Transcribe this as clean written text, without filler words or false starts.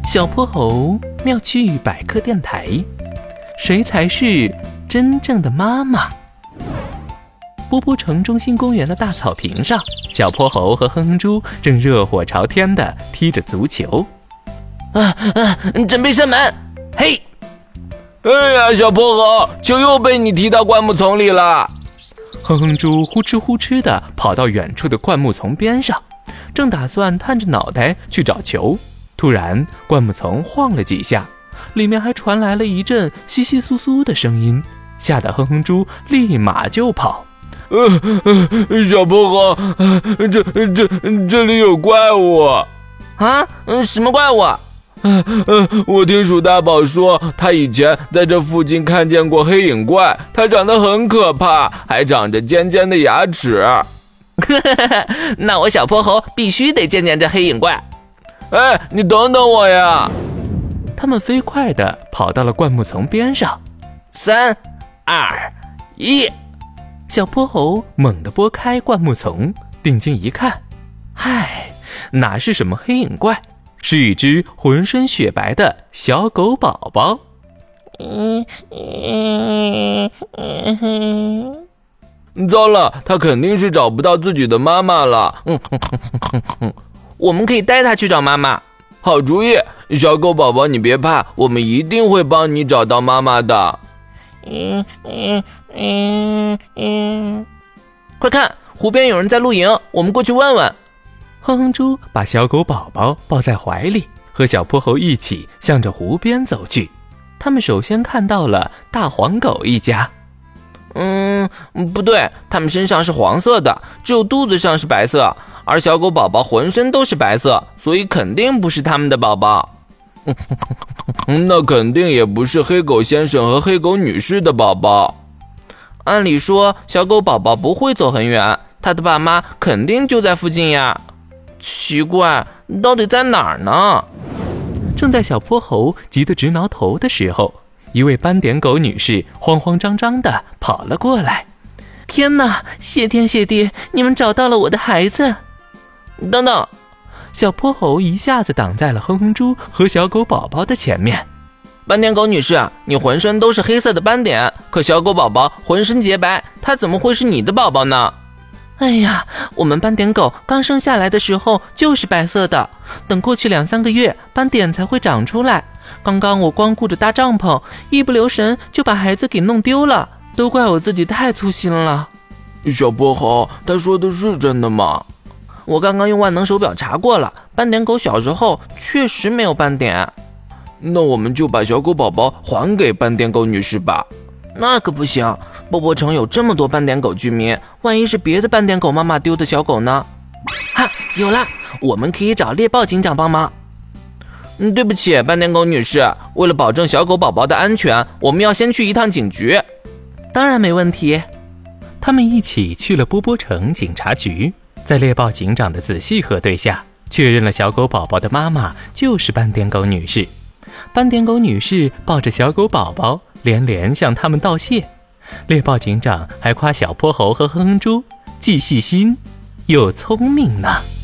小泼猴妙趣百科电台，谁才是真正的妈妈？波波城中心公园的大草坪上，小泼猴和哼哼猪正热火朝天地踢着足球。 准备射门，嘿！ 哎呀，小泼猴，球又被你踢到灌木丛里了。 哼哼猪呼哧呼哧地跑到远处的灌木丛边上，正打算探着脑袋去找球，突然灌木丛晃了几下，里面还传来了一阵窸窸窣窣的声音，吓得哼哼猪立马就跑。 小泼猴，这里有怪物啊！什么怪物？ 我听鼠大宝说，他以前在这附近看见过黑影怪，它长得很可怕，还长着尖尖的牙齿。 那我小泼猴必须得见见这黑影怪。 哎，你等等我呀！ 他们飞快地跑到了灌木丛边上。 3、2、1， 小泼猴猛地拨开灌木丛，定睛一看，嗨，哪是什么黑影怪，是一只浑身雪白的小狗宝宝。 糟了，他肯定是找不到自己的妈妈了。 我们可以带他去找妈妈。 好主意，小狗宝宝，你别怕，我们一定会帮你找到妈妈的。 快看，湖边有人在露营，我们过去问问。 哼哼猪把小狗宝宝抱在怀里，和小泼猴一起向着湖边走去。他们首先看到了大黄狗一家。 不对，他们身上是黄色的，只有肚子上是白色，而小狗宝宝浑身都是白色，所以肯定不是他们的宝宝。 那肯定也不是黑狗先生和黑狗女士的宝宝。 按理说，小狗宝宝不会走很远，他的爸妈肯定就在附近呀。奇怪，到底在哪儿呢？ 正在小泼猴急得直挠头的时候，一位斑点狗女士慌慌张张地跑了过来。 天哪，谢天谢地，你们找到了我的孩子。 等等， 小泼猴一下子挡在了哼哼猪和小狗宝宝的前面。 斑点狗女士，你浑身都是黑色的斑点，可小狗宝宝浑身洁白，它怎么会是你的宝宝呢？ 哎呀，我们斑点狗刚生下来的时候就是白色的，等过去2、3个月，斑点才会长出来。刚刚我光顾着搭帐篷，一不留神就把孩子给弄丢了，都怪我自己太粗心了。 小泼猴，他说的是真的吗？ 我刚刚用万能手表查过了，斑点狗小时候确实没有斑点。 那我们就把小狗宝宝还给斑点狗女士吧。 那可不行，波波城有这么多斑点狗居民，万一是别的斑点狗妈妈丢的小狗呢？哈，有了，我们可以找猎豹警长帮忙。对不起，斑点狗女士，为了保证小狗宝宝的安全，我们要先去一趟警局。 当然没问题。 他们一起去了波波城警察局，在猎豹警长的仔细核对下，确认了小狗宝宝的妈妈就是斑点狗女士。斑点狗女士抱着小狗宝宝连连向他们道谢。猎豹警长还夸小泼猴和哼哼猪既细心又聪明呢。